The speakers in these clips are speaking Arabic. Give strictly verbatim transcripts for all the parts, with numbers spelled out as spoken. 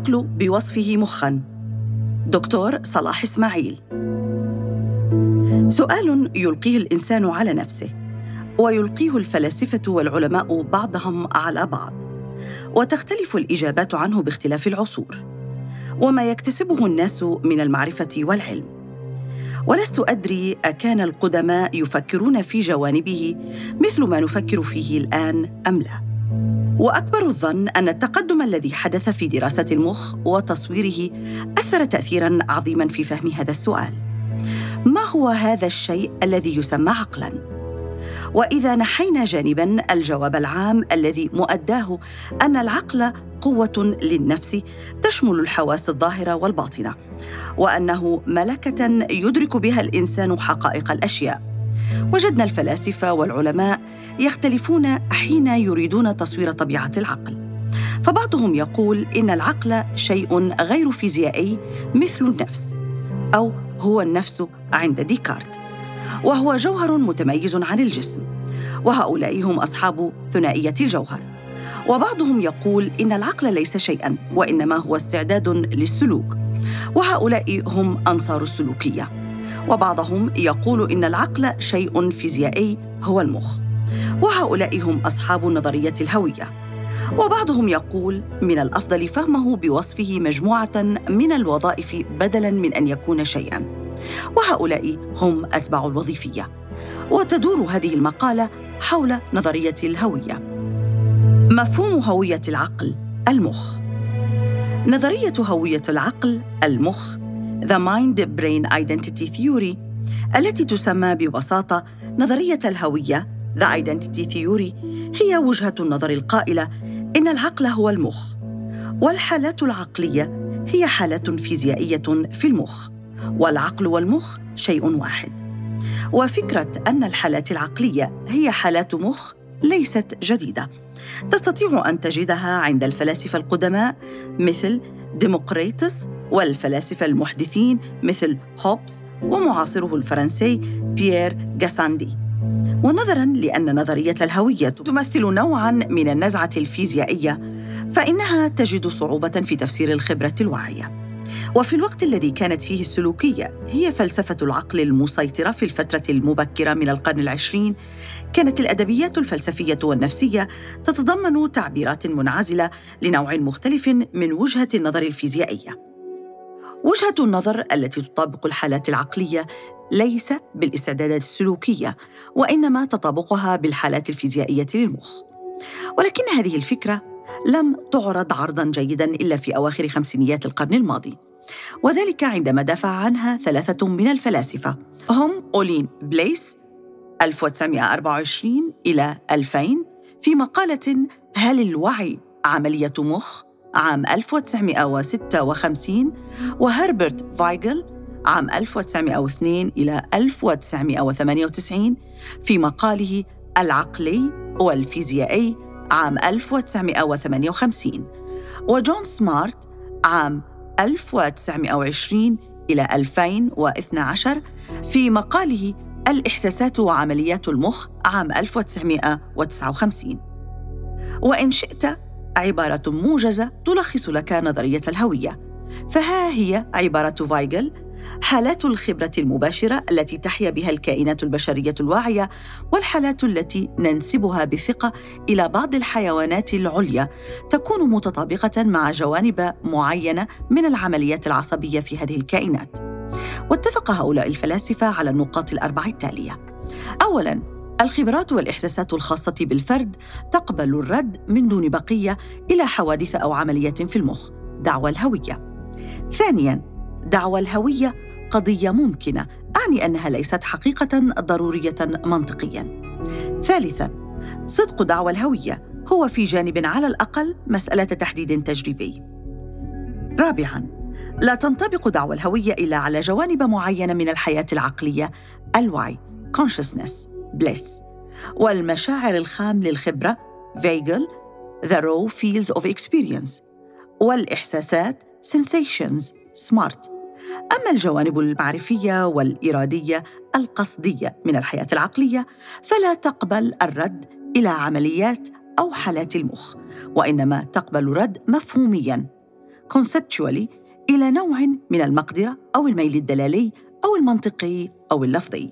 العقل بوصفه مخاً. دكتور صلاح إسماعيل. سؤال يلقيه الإنسان على نفسه، ويلقيه الفلاسفة والعلماء بعضهم على بعض، وتختلف الإجابات عنه باختلاف العصور وما يكتسبه الناس من المعرفة والعلم. ولست أدري أكان القدماء يفكرون في جوانبه مثل ما نفكر فيه الآن أم لا. وأكبر الظن أن التقدم الذي حدث في دراسة المخ وتصويره أثر تأثيراً عظيماً في فهم هذا السؤال: ما هو هذا الشيء الذي يسمى عقلاً؟ وإذا نحينا جانباً الجواب العام الذي مؤداه أن العقل قوة للنفس تشمل الحواس الظاهرة والباطنة، وأنه ملكة يدرك بها الإنسان حقائق الأشياء، وجدنا الفلاسفة والعلماء يختلفون حين يريدون تصوير طبيعة العقل. فبعضهم يقول إن العقل شيء غير فيزيائي مثل النفس، أو هو النفس عند ديكارت، وهو جوهر متميز عن الجسم، وهؤلاء هم أصحاب ثنائية الجوهر. وبعضهم يقول إن العقل ليس شيئاً، وإنما هو استعداد للسلوك، وهؤلاء هم أنصار السلوكية. وبعضهم يقول إن العقل شيء فيزيائي هو المخ، وهؤلاء هم أصحاب نظرية الهوية. وبعضهم يقول من الأفضل فهمه بوصفه مجموعة من الوظائف بدلاً من أن يكون شيئاً، وهؤلاء هم أتباع الوظيفية. وتدور هذه المقالة حول نظرية الهوية. مفهوم هوية العقل المخ. نظرية هوية العقل المخ The Mind Brain Identity Theory، التي تسمى ببساطة نظرية الهوية The Identity Theory، هي وجهة النظر القائلة إن العقل هو المخ، والحالات العقلية هي حالات فيزيائية في المخ، والعقل والمخ شيء واحد. وفكرة أن الحالات العقلية هي حالات مخ ليست جديدة، تستطيع أن تجدها عند الفلاسفة القدماء مثل ديموكريتس، والفلاسفة المحدثين مثل هوبس، ومعاصره الفرنسي بيير غاساندي. ونظراً لأن نظرية الهوية تمثل نوعاً من النزعة الفيزيائية، فإنها تجد صعوبة في تفسير الخبرة الواعية. وفي الوقت الذي كانت فيه السلوكية هي فلسفة العقل المسيطرة في الفترة المبكرة من القرن العشرين، كانت الأدبيات الفلسفية والنفسية تتضمن تعبيرات منعزلة لنوع مختلف من وجهة النظر الفيزيائية. وجهة النظر التي تطابق الحالات العقلية ليس بالاستعدادات السلوكية، وإنما تطابقها بالحالات الفيزيائية للمخ. ولكن هذه الفكرة لم تعرض عرضاً جيداً إلا في أواخر خمسينيات القرن الماضي، وذلك عندما دافع عنها ثلاثة من الفلاسفة هم أولين بليس ألف وتسعمائة وأربعة وعشرين إلى ألفين في مقالة هل الوعي عملية مخ عام ألف وتسعمائة وستة وخمسين، وهربرت فايغل عام ألف وتسعمائة واثنين إلى ألف وتسعمائة وثمانية وتسعين في مقاله العقلي والفيزيائي عام ألف وتسعمائة وثمانية وخمسين، وجون سمارت عام ألف وتسعمائة وعشرين إلى ألفين واثني عشر في مقاله الإحساسات وعمليات المخ عام ألف وتسعمائة وتسعة وخمسين. وإن شئت عبارة موجزة تلخص لك نظرية الهوية، فها هي عبارة فايغل: حالات الخبرة المباشرة التي تحيا بها الكائنات البشرية الواعية، والحالات التي ننسبها بثقة إلى بعض الحيوانات العليا تكون متطابقة مع جوانب معينة من العمليات العصبية في هذه الكائنات. واتفق هؤلاء الفلاسفة على النقاط الأربع التالية: أولاً، الخبرات والإحساسات الخاصة بالفرد تقبل الرد من دون بقية إلى حوادث أو عمليات في المخ، دعوى الهوية. ثانياً، دعوى الهوية قضية ممكنة، أعني أنها ليست حقيقة ضرورية منطقياً. ثالثاً، صدق دعوى الهوية هو في جانب على الأقل مسألة تحديد تجريبي. رابعاً، لا تنطبق دعوى الهوية إلا على جوانب معينة من الحياة العقلية، الوعي consciousness bliss، والمشاعر الخام للخبرة فايغل the raw fields of experience، والإحساسات sensations smart. أما الجوانب المعرفية والإرادية القصدية من الحياة العقلية فلا تقبل الرد إلى عمليات أو حالات المخ، وإنما تقبل رد مفهومياً conceptually إلى نوع من المقدرة أو الميل الدلالي أو المنطقي أو اللفظي.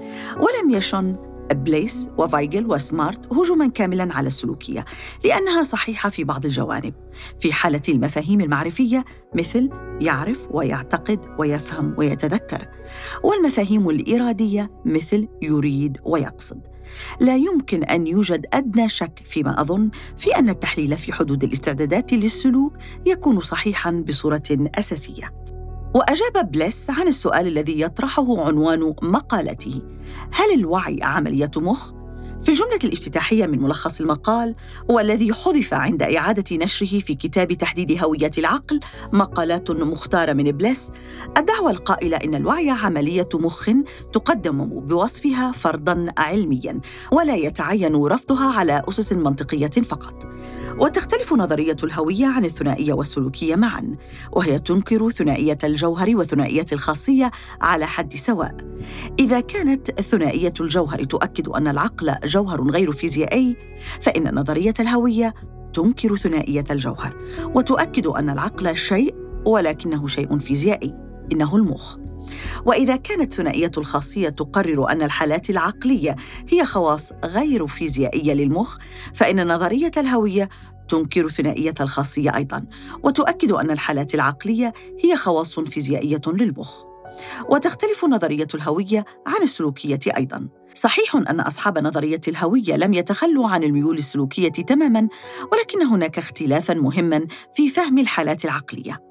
ولم يشن بليس وفايغل وسمارت هجوماً كاملاً على السلوكية لأنها صحيحة في بعض الجوانب في حالة المفاهيم المعرفية مثل يعرف ويعتقد ويفهم ويتذكر، والمفاهيم الإرادية مثل يريد ويقصد. لا يمكن أن يوجد أدنى شك فيما أظن في أن التحليل في حدود الاستعدادات للسلوك يكون صحيحاً بصورة أساسية. وأجاب بليس عن السؤال الذي يطرحه عنوان مقالته: هل الوعي عملية مخ؟ في الجملة الافتتاحية من ملخص المقال، والذي حذف عند إعادة نشره في كتاب تحديد هوية العقل، مقالات مختارة من بليس، الدعوة القائلة إن الوعي عملية مخ تقدم بوصفها فرضاً علمياً ولا يتعين رفضها على أسس منطقية فقط. وتختلف نظرية الهوية عن الثنائية والسلوكية معاً، وهي تنكر ثنائية الجوهر وثنائية الخاصية على حد سواء. إذا كانت ثنائية الجوهر تؤكد أن العقل جوهر غير فيزيائي، فإن نظرية الهوية تنكر ثنائية الجوهر وتؤكد أن العقل شيء ولكنه شيء فيزيائي، إنه المخ. وإذا كانت ثنائية الخاصية تقرر أن الحالات العقلية هي خواص غير فيزيائية للمخ، فإن نظرية الهوية تنكر ثنائية الخاصية أيضاً وتؤكد أن الحالات العقلية هي خواص فيزيائية للمخ. وتختلف نظرية الهوية عن السلوكية أيضاً. صحيح أن أصحاب نظرية الهوية لم يتخلوا عن الميول السلوكية تماماً، ولكن هناك اختلافاً مهماً في فهم الحالات العقلية.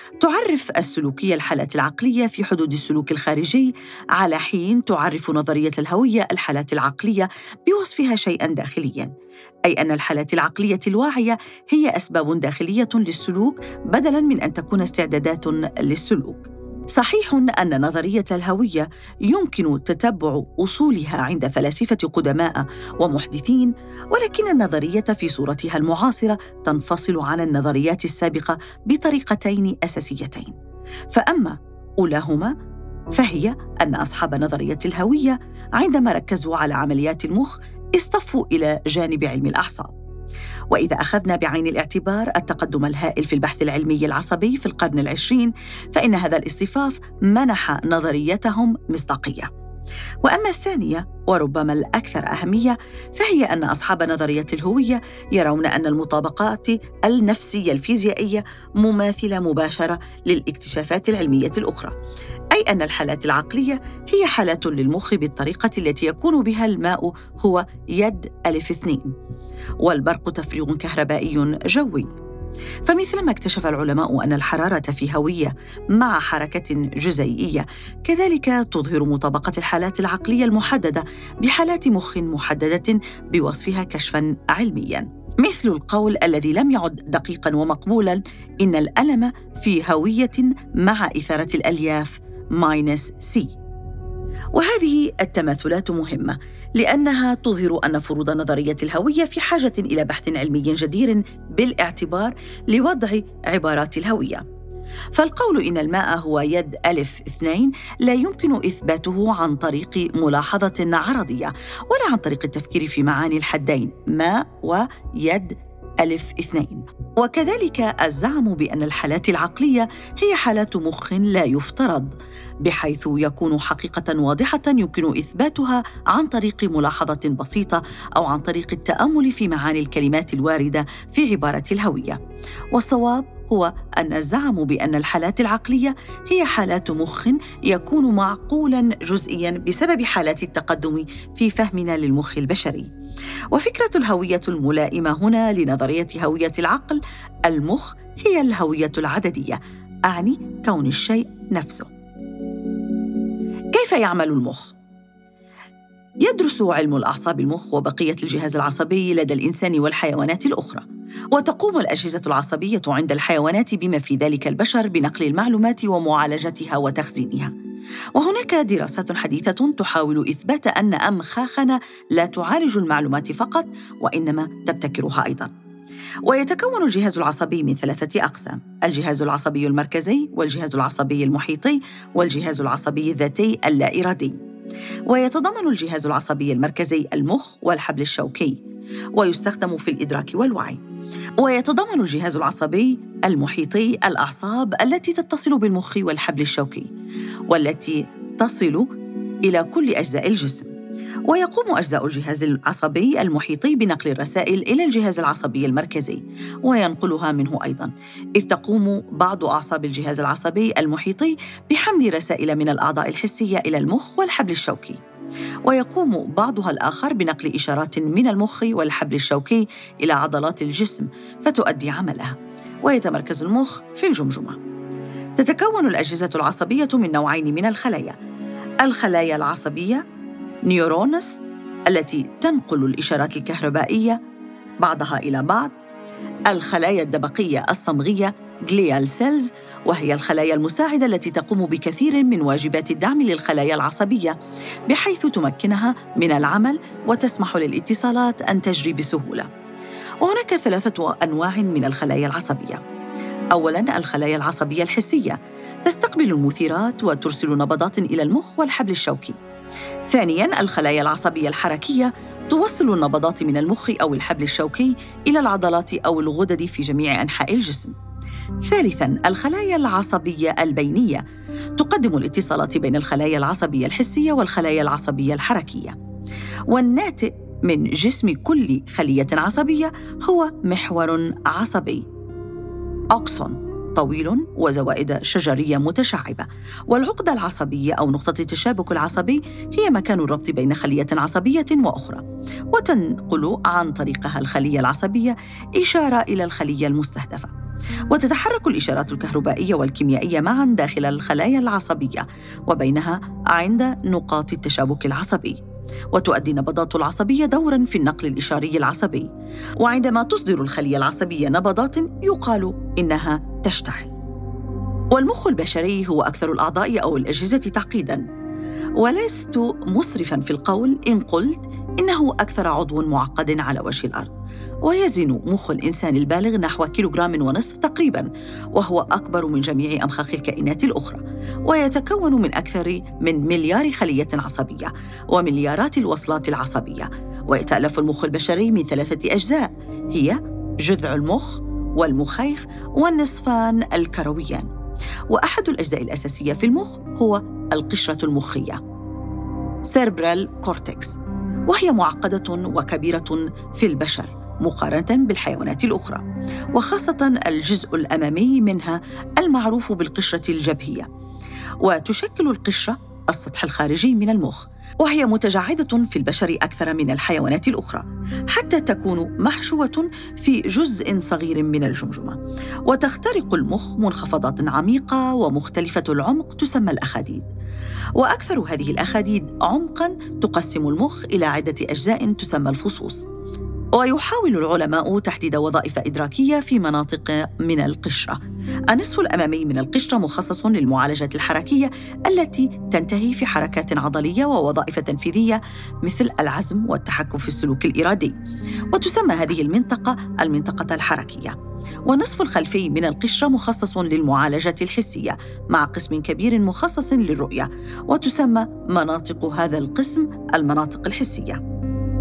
تعرف السلوكية الحالات العقلية في حدود السلوك الخارجي، على حين تعرف نظرية الهوية الحالات العقلية بوصفها شيئاً داخلياً، أي أن الحالات العقلية الواعية هي أسباب داخلية للسلوك بدلاً من أن تكون استعدادات للسلوك. صحيح أن نظرية الهوية يمكن تتبع أصولها عند فلاسفة قدماء ومحدثين، ولكن النظرية في صورتها المعاصرة تنفصل عن النظريات السابقة بطريقتين أساسيتين. فأما أولاهما فهي أن أصحاب نظرية الهوية عندما ركزوا على عمليات المخ اصطفوا إلى جانب علم الأعصاب. وإذا أخذنا بعين الاعتبار التقدم الهائل في البحث العلمي العصبي في القرن العشرين، فإن هذا الاصطفاف منح نظريتهم مصداقية. وأما الثانية وربما الأكثر أهمية، فهي أن أصحاب نظرية الهوية يرون أن المطابقات النفسية الفيزيائية مماثلة مباشرة للاكتشافات العلمية الأخرى، أي أن الحالات العقلية هي حالات للمخ بالطريقة التي يكون بها الماء هو يد ألف اثنين، والبرق تفريغ كهربائي جوي. فمثلما اكتشف العلماء أن الحرارة في هوية مع حركة جزيئية، كذلك تظهر مطابقة الحالات العقلية المحددة بحالات مخ محددة بوصفها كشفاً علمياً، مثل القول الذي لم يعد دقيقاً ومقبولاً: إن الألم في هوية مع إثارة الألياف ماينس سي. وهذه التماثلات مهمة لأنها تظهر أن فروض نظرية الهوية في حاجة إلى بحث علمي جدير بالاعتبار لوضع عبارات الهوية. فالقول إن الماء هو يد ألف اثنين لا يمكن إثباته عن طريق ملاحظة عرضية ولا عن طريق التفكير في معاني الحدين ماء ويد ألف اثنين. وكذلك الزعم بأن الحالات العقلية هي حالات مخ لا يفترض، بحيث يكون حقيقة واضحة يمكن إثباتها عن طريق ملاحظة بسيطة أو عن طريق التأمل في معاني الكلمات الواردة في عبارة الهوية. والصواب هو أن الزعم بأن الحالات العقلية هي حالات مخ يكون معقولاً جزئياً بسبب حالات التقدم في فهمنا للمخ البشري. وفكرة الهوية الملائمة هنا لنظرية هوية العقل المخ هي الهوية العددية، أعني كون الشيء نفسه. كيف يعمل المخ؟ يدرس علم الأعصاب المخ وبقية الجهاز العصبي لدى الإنسان والحيوانات الأخرى، وتقوم الأجهزة العصبية عند الحيوانات بما في ذلك البشر بنقل المعلومات ومعالجتها وتخزينها. وهناك دراسات حديثة تحاول إثبات أن أمخاخنا لا تعالج المعلومات فقط وإنما تبتكرها أيضاً. ويتكون الجهاز العصبي من ثلاثة أقسام: الجهاز العصبي المركزي، والجهاز العصبي المحيطي، والجهاز العصبي الذاتي اللا إرادي. ويتضمن الجهاز العصبي المركزي المخ والحبل الشوكي، ويستخدم في الإدراك والوعي. ويتضمن الجهاز العصبي المحيطي الأعصاب التي تتصل بالمخ والحبل الشوكي، والتي تصل إلى كل أجزاء الجسم. ويقوم أجزاء الجهاز العصبي المحيطي بنقل الرسائل إلى الجهاز العصبي المركزي وينقلها منه أيضاً، إذ تقوم بعض أعصاب الجهاز العصبي المحيطي بحمل رسائل من الأعضاء الحسية إلى المخ والحبل الشوكي، ويقوم بعضها الآخر بنقل إشارات من المخ والحبل الشوكي إلى عضلات الجسم فتؤدي عملها. ويتمركز المخ في الجمجمة. تتكون الأجهزة العصبية من نوعين من الخلايا: الخلايا العصبية نيورونس التي تنقل الإشارات الكهربائية بعضها إلى بعض، الخلايا الدبقية الصمغية جليال سيلز، وهي الخلايا المساعدة التي تقوم بكثير من واجبات الدعم للخلايا العصبية بحيث تمكنها من العمل وتسمح للاتصالات أن تجري بسهولة. وهناك ثلاثة أنواع من الخلايا العصبية. أولاً، الخلايا العصبية الحسية تستقبل المثيرات وترسل نبضات إلى المخ والحبل الشوكي. ثانياً، الخلايا العصبية الحركية توصل النبضات من المخ أو الحبل الشوكي إلى العضلات أو الغدد في جميع أنحاء الجسم. ثالثاً، الخلايا العصبية البينية تقدم الاتصالات بين الخلايا العصبية الحسية والخلايا العصبية الحركية. والناتئ من جسم كل خلية عصبية هو محور عصبي أكسون طويل وزوائد شجرية متشعبة. والعقدة العصبية أو نقطة التشابك العصبي هي مكان الربط بين خلية عصبية وأخرى، وتنقل عن طريقها الخلية العصبية إشارة إلى الخلية المستهدفة. وتتحرك الإشارات الكهربائية والكيميائية معاً داخل الخلايا العصبية وبينها عند نقاط التشابك العصبي. وتؤدي النبضات العصبية دوراً في النقل الإشاري العصبي. وعندما تصدر الخلية العصبية نبضات يقال إنها تشتعل. والمخ البشري هو أكثر الأعضاء أو الأجهزة تعقيداً، ولست مسرفاً في القول إن قلت إنه أكثر عضو معقد على وجه الأرض. ويزن مخ الإنسان البالغ نحو كيلوغرام ونصف تقريباً، وهو أكبر من جميع أمخاخ الكائنات الأخرى. ويتكون من أكثر من مليار خلية عصبية ومليارات الوصلات العصبية. ويتألف المخ البشري من ثلاثة أجزاء هي جذع المخ والمخيخ والنصفان الكرويان. وأحد الأجزاء الأساسية في المخ هو القشرة المخية سيربرال كورتكس، وهي معقدة وكبيرة في البشر مقارنة بالحيوانات الأخرى، وخاصة الجزء الأمامي منها المعروف بالقشرة الجبهية. وتشكل القشرة السطح الخارجي من المخ، وهي متجعدة في البشر أكثر من الحيوانات الأخرى حتى تكون محشوة في جزء صغير من الجمجمة. وتخترق المخ منخفضات عميقة ومختلفة العمق تسمى الأخاديد. وأكثر هذه الأخاديد عمقاً تقسم المخ إلى عدة أجزاء تسمى الفصوص. ويحاول العلماء تحديد وظائف إدراكية في مناطق من القشرة. النصف الأمامي من القشرة مخصص للمعالجة الحركية التي تنتهي في حركات عضلية ووظائف تنفيذية مثل العزم والتحكم في السلوك الإرادي، وتسمى هذه المنطقة المنطقة الحركية. والنصف الخلفي من القشرة مخصص للمعالجة الحسية مع قسم كبير مخصص للرؤية، وتسمى مناطق هذا القسم المناطق الحسية.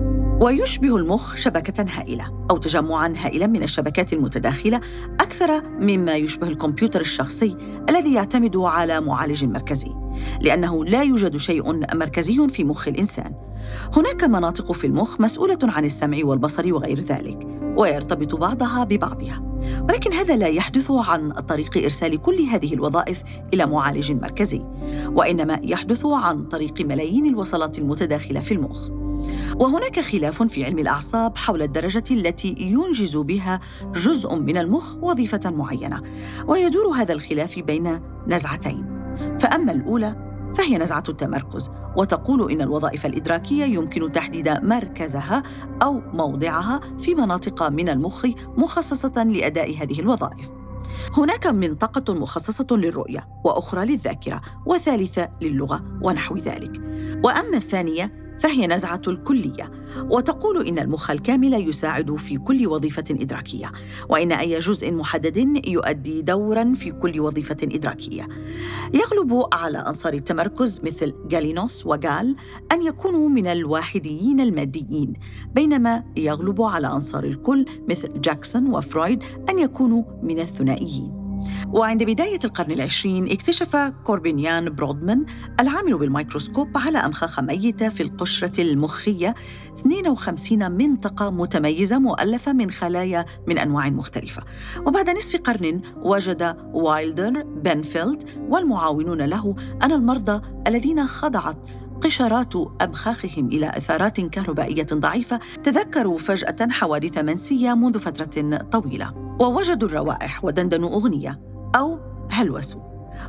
ويشبه المخ شبكة هائلة أو تجمعاً هائلاً من الشبكات المتداخلة أكثر مما يشبه الكمبيوتر الشخصي الذي يعتمد على معالج مركزي، لأنه لا يوجد شيء مركزي في مخ الإنسان. هناك مناطق في المخ مسؤولة عن السمع والبصر وغير ذلك، ويرتبط بعضها ببعضها، ولكن هذا لا يحدث عن طريق إرسال كل هذه الوظائف إلى معالج مركزي، وإنما يحدث عن طريق ملايين الوصلات المتداخلة في المخ. وهناك خلاف في علم الأعصاب حول الدرجة التي ينجز بها جزء من المخ وظيفة معينة، ويدور هذا الخلاف بين نزعتين. فأما الأولى فهي نزعة التمركز، وتقول إن الوظائف الإدراكية يمكن تحديد مركزها أو موضعها في مناطق من المخ مخصصة لأداء هذه الوظائف. هناك منطقة مخصصة للرؤية، وأخرى للذاكرة، وثالثة للغة ونحو ذلك. وأما الثانية فهي نزعة الكلية، وتقول إن المخ الكامل يساعد في كل وظيفة إدراكية، وإن أي جزء محدد يؤدي دوراً في كل وظيفة إدراكية. يغلب على أنصار التمركز مثل غالينوس وغال أن يكونوا من الواحديين الماديين، بينما يغلب على أنصار الكل مثل جاكسون وفرويد أن يكونوا من الثنائيين. وعند بداية القرن العشرين اكتشف كوربينيان برودمان العامل بالميكروسكوب على أمخاخ ميتة في القشرة المخية اثنين وخمسين منطقة متميزة مؤلفة من خلايا من أنواع مختلفة. وبعد نصف قرن وجد وايلدر بنفيلد والمعاونون له أن المرضى الذين خضعت قشرات أمخاخهم إلى إثارات كهربائية ضعيفة تذكروا فجأة حوادث منسية منذ فترة طويلة، ووجدوا الروائح ودندنوا أغنية أو هلوسوا.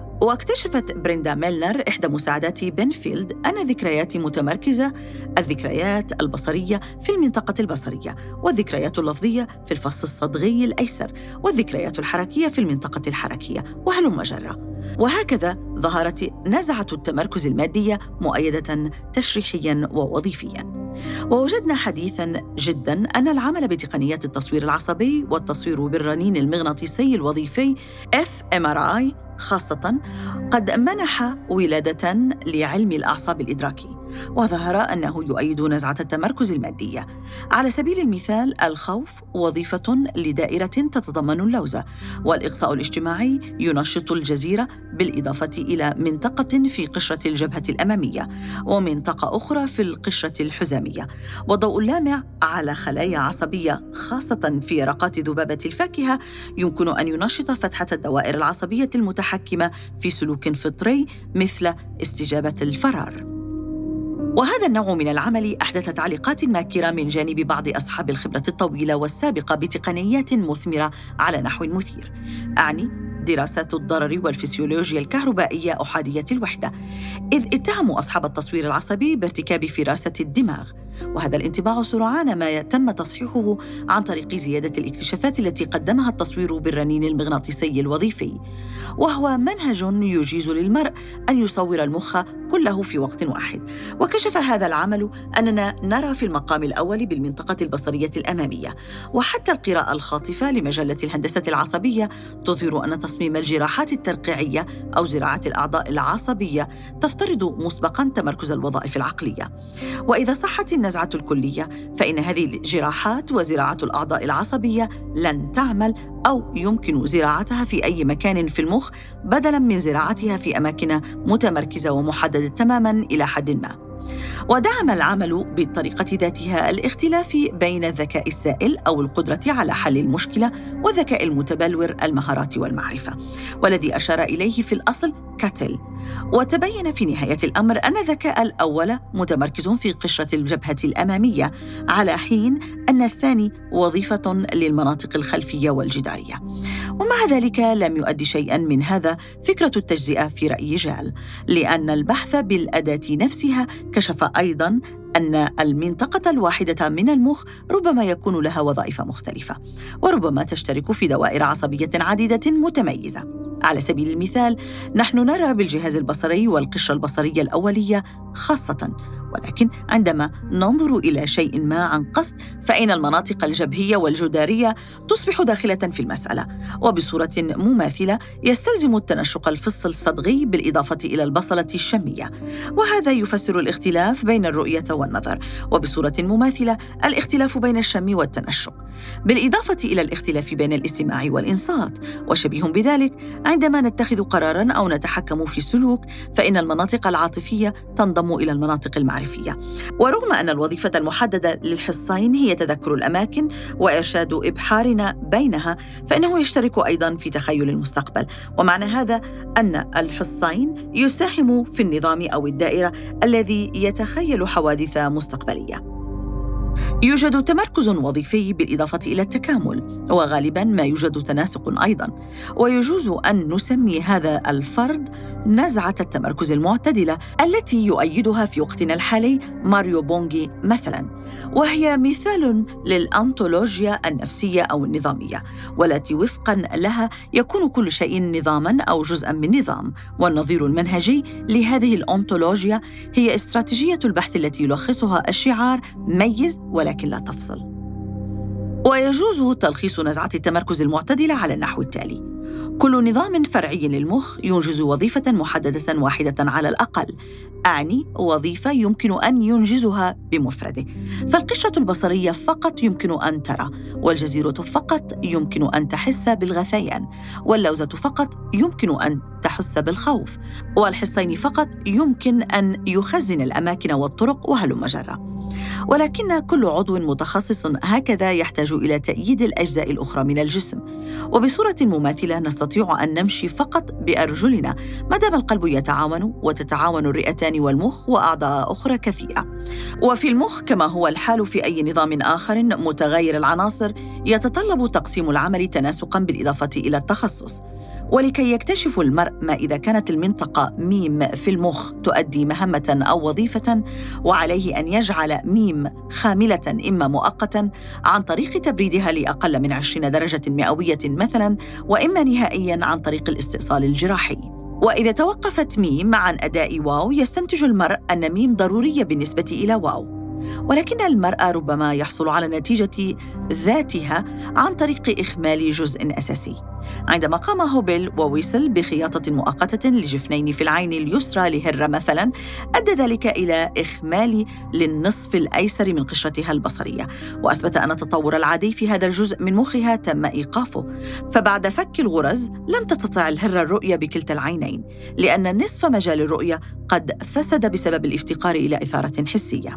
واكتشفت بريندا ميلنر إحدى مساعدات بنفيلد أن ذكريات متمركزة، الذكريات البصرية في المنطقة البصرية، والذكريات اللفظية في الفص الصدغي الأيسر، والذكريات الحركية في المنطقة الحركية، وهلم جرة. وهكذا ظهرت نزعة التمركز المادية مؤيدة تشريحياً ووظيفياً. ووجدنا حديثاً جداً أن العمل بتقنيات التصوير العصبي والتصوير بالرنين المغناطيسي الوظيفي إف إم آر آي خاصة قد منح ولادة لعلم الأعصاب الإدراكي، وظهر أنه يؤيد نزعة التمركز المادية. على سبيل المثال، الخوف وظيفة لدائرة تتضمن اللوزة، والإقصاء الاجتماعي ينشط الجزيرة بالإضافة إلى منطقة في قشرة الجبهة الأمامية ومنطقة أخرى في القشرة الحزامية، والضوء اللامع على خلايا عصبية خاصة في يرقات ذبابة الفاكهة يمكن أن ينشط فتحة الدوائر العصبية المتحكمة في سلوك فطري مثل استجابة الفرار. وهذا النوع من العمل أحدث تعليقات ماكرة من جانب بعض أصحاب الخبرة الطويلة والسابقة بتقنيات مثمرة على نحو مثير، أعني دراسات الضرر والفسيولوجيا الكهربائية أحادية الوحدة، إذ اتهموا أصحاب التصوير العصبي بارتكاب فراسة الدماغ. وهذا الانطباع سرعان ما تم تصحيحه عن طريق زيادة الاكتشافات التي قدمها التصوير بالرنين المغناطيسي الوظيفي، وهو منهج يجيز للمرء أن يصور المخ كله في وقت واحد. وكشف هذا العمل أننا نرى في المقام الأول بالمنطقة البصرية الأمامية، وحتى القراءة الخاطفة لمجلة الهندسة العصبية تظهر أن تصميم الجراحات الترقيعية أو زراعة الأعضاء العصبية تفترض مسبقاً تمركز الوظائف العقلية. وإذا صحت النزعة الكلية فإن هذه الجراحات وزراعة الأعضاء العصبية لن تعمل أو يمكن زراعتها في أي مكان في المخ بدلاً من زراعتها في أماكن متمركزة ومحددة تماماً إلى حد ما. ودعم العمل بالطريقة ذاتها الاختلاف بين الذكاء السائل أو القدرة على حل المشكلة والذكاء المتبلور المهارات والمعرفة، والذي أشار إليه في الأصل كاتل. وتبين في نهاية الأمر أن الذكاء الأول متمركز في قشرة الجبهة الأمامية، على حين أن الثاني وظيفة للمناطق الخلفية والجدارية. ومع ذلك لم يؤدي شيئاً من هذا فكرة التجزئة في رأي جال، لأن البحث بالأداة نفسها كشف أيضاً أن المنطقة الواحدة من المخ ربما يكون لها وظائف مختلفة، وربما تشترك في دوائر عصبية عديدة متميزة. على سبيل المثال، نحن نرى بالجهاز البصري والقشرة البصرية الأولية خاصة، ولكن عندما ننظر إلى شيء ما عن قصد فإن المناطق الجبهية والجدارية تصبح داخلة في المسألة، وبصورة مماثلة يستلزم التنشق الفص الصدغي بالإضافة إلى البصلة الشمية، وهذا يفسر الاختلاف بين الرؤية والنظر، وبصورة مماثلة الاختلاف بين الشم والتنشق، بالإضافة إلى الاختلاف بين الاستماع والإنصات. وشبيه بذلك عندما نتخذ قراراً أو نتحكم في سلوك فإن المناطق العاطفية تنضم إلى المناطق المعرفية. ورغم أن الوظيفة المحددة للحصين هي تذكر الأماكن وإرشاد إبحارنا بينها، فإنه يشترك أيضاً في تخيل المستقبل. ومعنى هذا أن الحصين يساهم في النظام أو الدائرة الذي يتخيل حوادث مستقبلية. يوجد تمركز وظيفي بالإضافة إلى التكامل، وغالباً ما يوجد تناسق أيضاً، ويجوز أن نسمي هذا الفرد نزعة التمركز المعتدلة التي يؤيدها في وقتنا الحالي ماريو بونغي مثلاً، وهي مثال للأنطولوجيا النفسية أو النظامية، والتي وفقاً لها يكون كل شيء نظاماً أو جزءاً من نظام. والنظير المنهجي لهذه الأنطولوجيا هي استراتيجية البحث التي يلخصها الشعار ميز ولكن لا تفصل. ويجوز تلخيص نزعة التمركز المعتدلة على النحو التالي: كل نظام فرعي للمخ ينجز وظيفة محددة واحدة على الأقل، أعني وظيفة يمكن أن ينجزها بمفرده. فالقشرة البصرية فقط يمكن أن ترى، والجزيرة فقط يمكن أن تحس بالغثيان، واللوزة فقط يمكن أن تحس بالخوف، والحصين فقط يمكن أن يخزن الأماكن والطرق وهلم جرة. ولكن كل عضو متخصص هكذا يحتاج إلى تأييد الأجزاء الأخرى من الجسم. وبصورة مماثلة نستطيع أن نمشي فقط بأرجلنا ما دام القلب يتعاون وتتعاون الرئتان والمخ وأعضاء أخرى كثيرة. وفي المخ كما هو الحال في أي نظام آخر متغير العناصر يتطلب تقسيم العمل تناسقاً بالإضافة إلى التخصص. ولكي يكتشف المرء ما إذا كانت المنطقة ميم في المخ تؤدي مهمة أو وظيفة، وعليه أن يجعل ميم خاملة إما مؤقتاً عن طريق تبريدها لأقل من عشرين درجة مئوية مثلاً، وإما نهائياً عن طريق الاستئصال الجراحي. وإذا توقفت ميم عن أداء واو يستنتج المرء أن ميم ضرورية بالنسبة إلى واو. ولكن المرء ربما يحصل على نتيجة ذاتها عن طريق إخمال جزء أساسي. عندما قام هوبل وويسل بخياطة مؤقتة لجفنين في العين اليسرى لهرة مثلاً، أدى ذلك إلى إخمال للنصف الأيسر من قشرتها البصرية، وأثبت أن التطور العادي في هذا الجزء من مخها تم إيقافه. فبعد فك الغرز لم تستطع الهرة الرؤية بكلتا العينين، لأن نصف مجال الرؤية قد فسد بسبب الافتقار إلى إثارة حسية.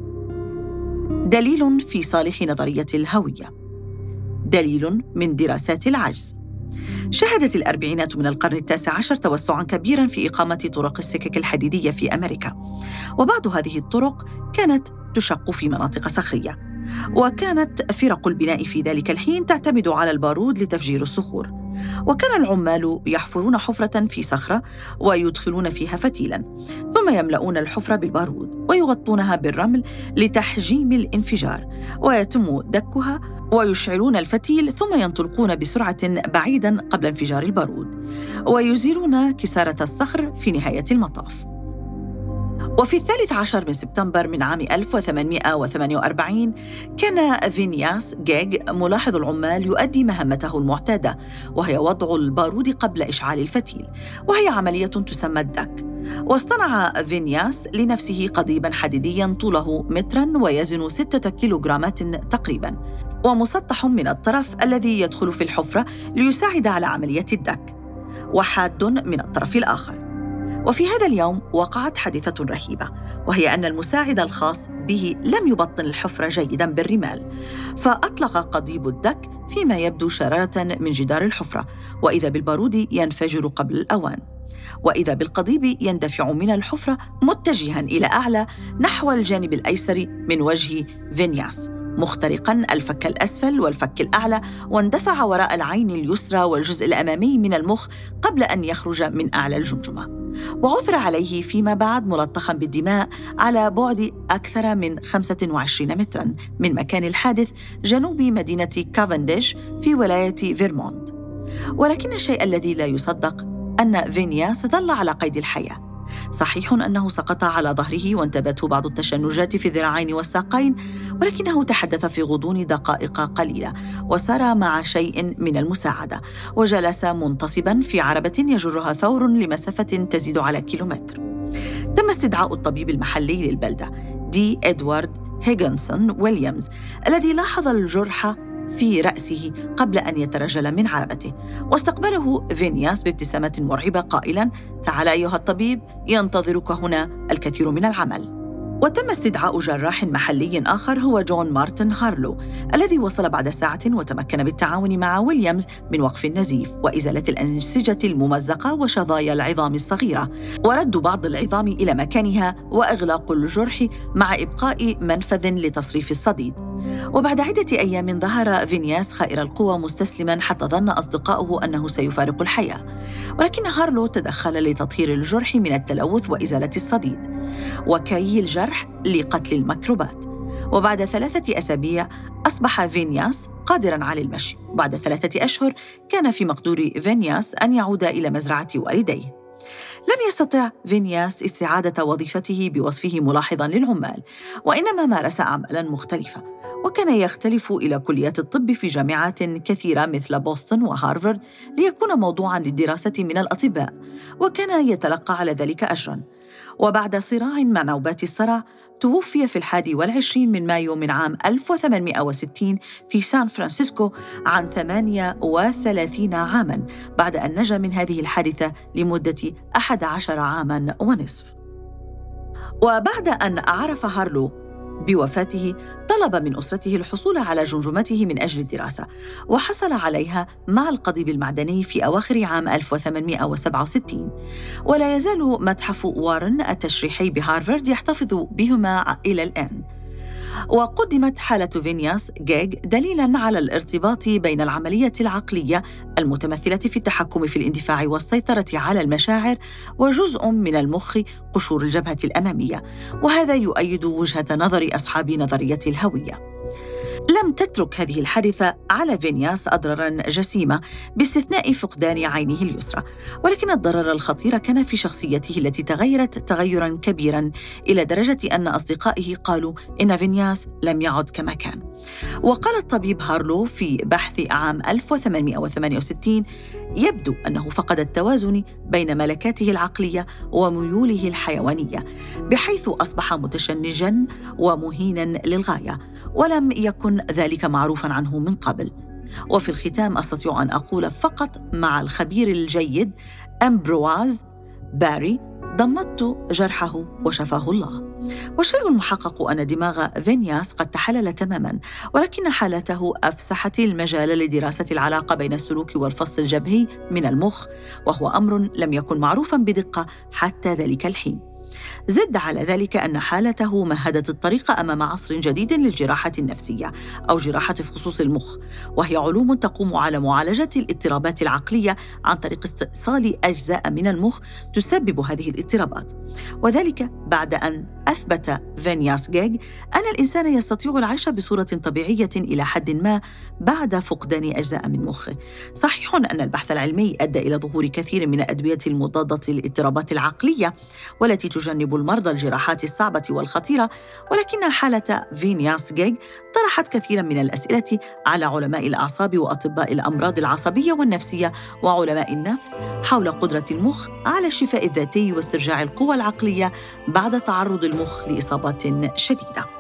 دليل في صالح نظرية الهوية. دليل من دراسات العجز. شهدت الأربعينات من القرن التاسع عشر توسعاً كبيراً في إقامة طرق السكك الحديدية في أمريكا، وبعض هذه الطرق كانت تشق في مناطق صخرية، وكانت فرق البناء في ذلك الحين تعتمد على البارود لتفجير الصخور. وكان العمال يحفرون حفرة في صخرة ويدخلون فيها فتيلاً، ثم يملؤون الحفرة بالبارود ويغطونها بالرمل لتحجيم الانفجار، ويتم دكها ويشعلون الفتيل ثم ينطلقون بسرعة بعيداً قبل انفجار البارود، ويزيلون كسارة الصخر في نهاية المطاف. وفي الثالث عشر من سبتمبر من عام ألف وثمانمائة وثمانية وأربعين كان فينياس جيغ ملاحظ العمال يؤدي مهمته المعتادة، وهي وضع البارود قبل إشعال الفتيل، وهي عملية تسمى الدك. واصطنع فينياس لنفسه قضيباً حديدياً طوله متراً ويزن ستة كيلوغرامات تقريباً، ومسطح من الطرف الذي يدخل في الحفرة ليساعد على عملية الدك، وحاد من الطرف الآخر. وفي هذا اليوم وقعت حادثة رهيبة، وهي أن المساعد الخاص به لم يبطن الحفرة جيداً بالرمال، فأطلق قضيب الدك فيما يبدو شرارة من جدار الحفرة، وإذا بالبارود ينفجر قبل الأوان، وإذا بالقضيب يندفع من الحفرة متجهاً إلى أعلى نحو الجانب الأيسر من وجه فينياس، مخترقاً الفك الأسفل والفك الأعلى، واندفع وراء العين اليسرى والجزء الأمامي من المخ قبل أن يخرج من أعلى الجمجمة. وعثر عليه فيما بعد ملطخاً بالدماء على بعد أكثر من خمسة وعشرين متراً من مكان الحادث جنوب مدينة كافنديش في ولاية فيرمونت. ولكن الشيء الذي لا يصدق أن فينياس ظل على قيد الحياة. صحيح أنه سقط على ظهره وانتابته بعض التشنجات في الذراعين والساقين، ولكنه تحدث في غضون دقائق قليلة وسار مع شيء من المساعدة، وجلس منتصباً في عربة يجرها ثور لمسافة تزيد على كيلومتر. تم استدعاء الطبيب المحلي للبلدة دي إدوارد هيغنسون ويليامز الذي لاحظ الجرح في رأسه قبل أن يترجل من عربته، واستقبله فينياس بابتسامة مرعبة قائلاً: تعال أيها الطبيب، ينتظرك هنا الكثير من العمل. وتم استدعاء جراح محلي آخر هو جون مارتن هارلو الذي وصل بعد ساعة وتمكن بالتعاون مع ويليامز من وقف النزيف وإزالة الأنسجة الممزقة وشظايا العظام الصغيرة، ورد بعض العظام إلى مكانها وإغلاق الجرح مع إبقاء منفذ لتصريف الصديد. وبعد عدة أيام ظهر فينياس خائر القوى مستسلماً حتى ظن أصدقاؤه أنه سيفارق الحياة، ولكن هارلو تدخل لتطهير الجرح من التلوث وإزالة الصديد وكي الجرح لقتل الميكروبات. وبعد ثلاثة أسابيع أصبح فينياس قادراً على المشي. بعد ثلاثة أشهر كان في مقدور فينياس أن يعود إلى مزرعة والديه. لم يستطع فينياس استعادة وظيفته بوصفه ملاحظاً للعمال، وإنما مارس أعمالاً مختلفة، وكان يختلف إلى كليات الطب في جامعات كثيرة مثل بوسطن وهارفارد ليكون موضوعاً للدراسة من الأطباء، وكان يتلقى على ذلك أجراً. وبعد صراع مع نوبات الصرع توفي في الحادي والعشرين من مايو من عام ألف وثمانمائة وستين في سان فرانسيسكو عن ثمانية وثلاثين عاماً، بعد أن نجا من هذه الحادثة لمدة أحد عشر عاماً ونصف. وبعد أن عرف هارلو بوفاته طلب من أسرته الحصول على جمجمته من أجل الدراسة، وحصل عليها مع القضيب المعدني في أواخر عام ألف وثمانمائة وسبعة وستين. ولا يزال متحف وارن التشريحي بهارفارد يحتفظ بهما إلى الآن. وقدمت حالة فينياس جيغ دليلاً على الارتباط بين العملية العقلية المتمثلة في التحكم في الاندفاع والسيطرة على المشاعر وجزء من المخ قشور الجبهة الأمامية، وهذا يؤيد وجهة نظر أصحاب نظرية الهوية. لم تترك هذه الحادثة على فينياس أضراراً جسيمة باستثناء فقدان عينه اليسرى، ولكن الضرر الخطير كان في شخصيته التي تغيرت تغيراً كبيراً إلى درجة أن أصدقائه قالوا إن فينياس لم يعد كما كان. وقال الطبيب هارلو في بحث عام ألف وثمانمائة وثمانية وستين: يبدو أنه فقد التوازن بين ملكاته العقلية وميوله الحيوانية، بحيث أصبح متشنجاً ومهيناً للغاية، ولم يكن ذلك معروفاً عنه من قبل. وفي الختام أستطيع أن أقول فقط مع الخبير الجيد أمبرواز باري: ضمدت جرحه وشفاه الله. والشيء المحقق أن دماغ فينياس قد تحلل تماماً، ولكن حالته أفسحت المجال لدراسة العلاقة بين السلوك والفص الجبهي من المخ، وهو أمر لم يكن معروفاً بدقة حتى ذلك الحين. زد على ذلك أن حالته مهدت الطريق أمام عصر جديد للجراحة النفسية أو جراحة فصوص المخ، وهي علوم تقوم على معالجة الاضطرابات العقلية عن طريق استئصال أجزاء من المخ تسبب هذه الاضطرابات. وذلك بعد أن أثبت فينياس جيغ أن الإنسان يستطيع العيش بصورة طبيعية إلى حد ما بعد فقدان أجزاء من مخه. صحيح أن البحث العلمي أدى إلى ظهور كثير من الأدوية المضادة للاضطرابات العقلية والتي تجنب المرضى الجراحات الصعبة والخطيرة، ولكن حالة فينياس جيغ طرحت كثيراً من الأسئلة على علماء الأعصاب وأطباء الأمراض العصبية والنفسية وعلماء النفس حول قدرة المخ على الشفاء الذاتي واسترجاع القوى العقلية بعد تعرض المخ لإصابات شديدة.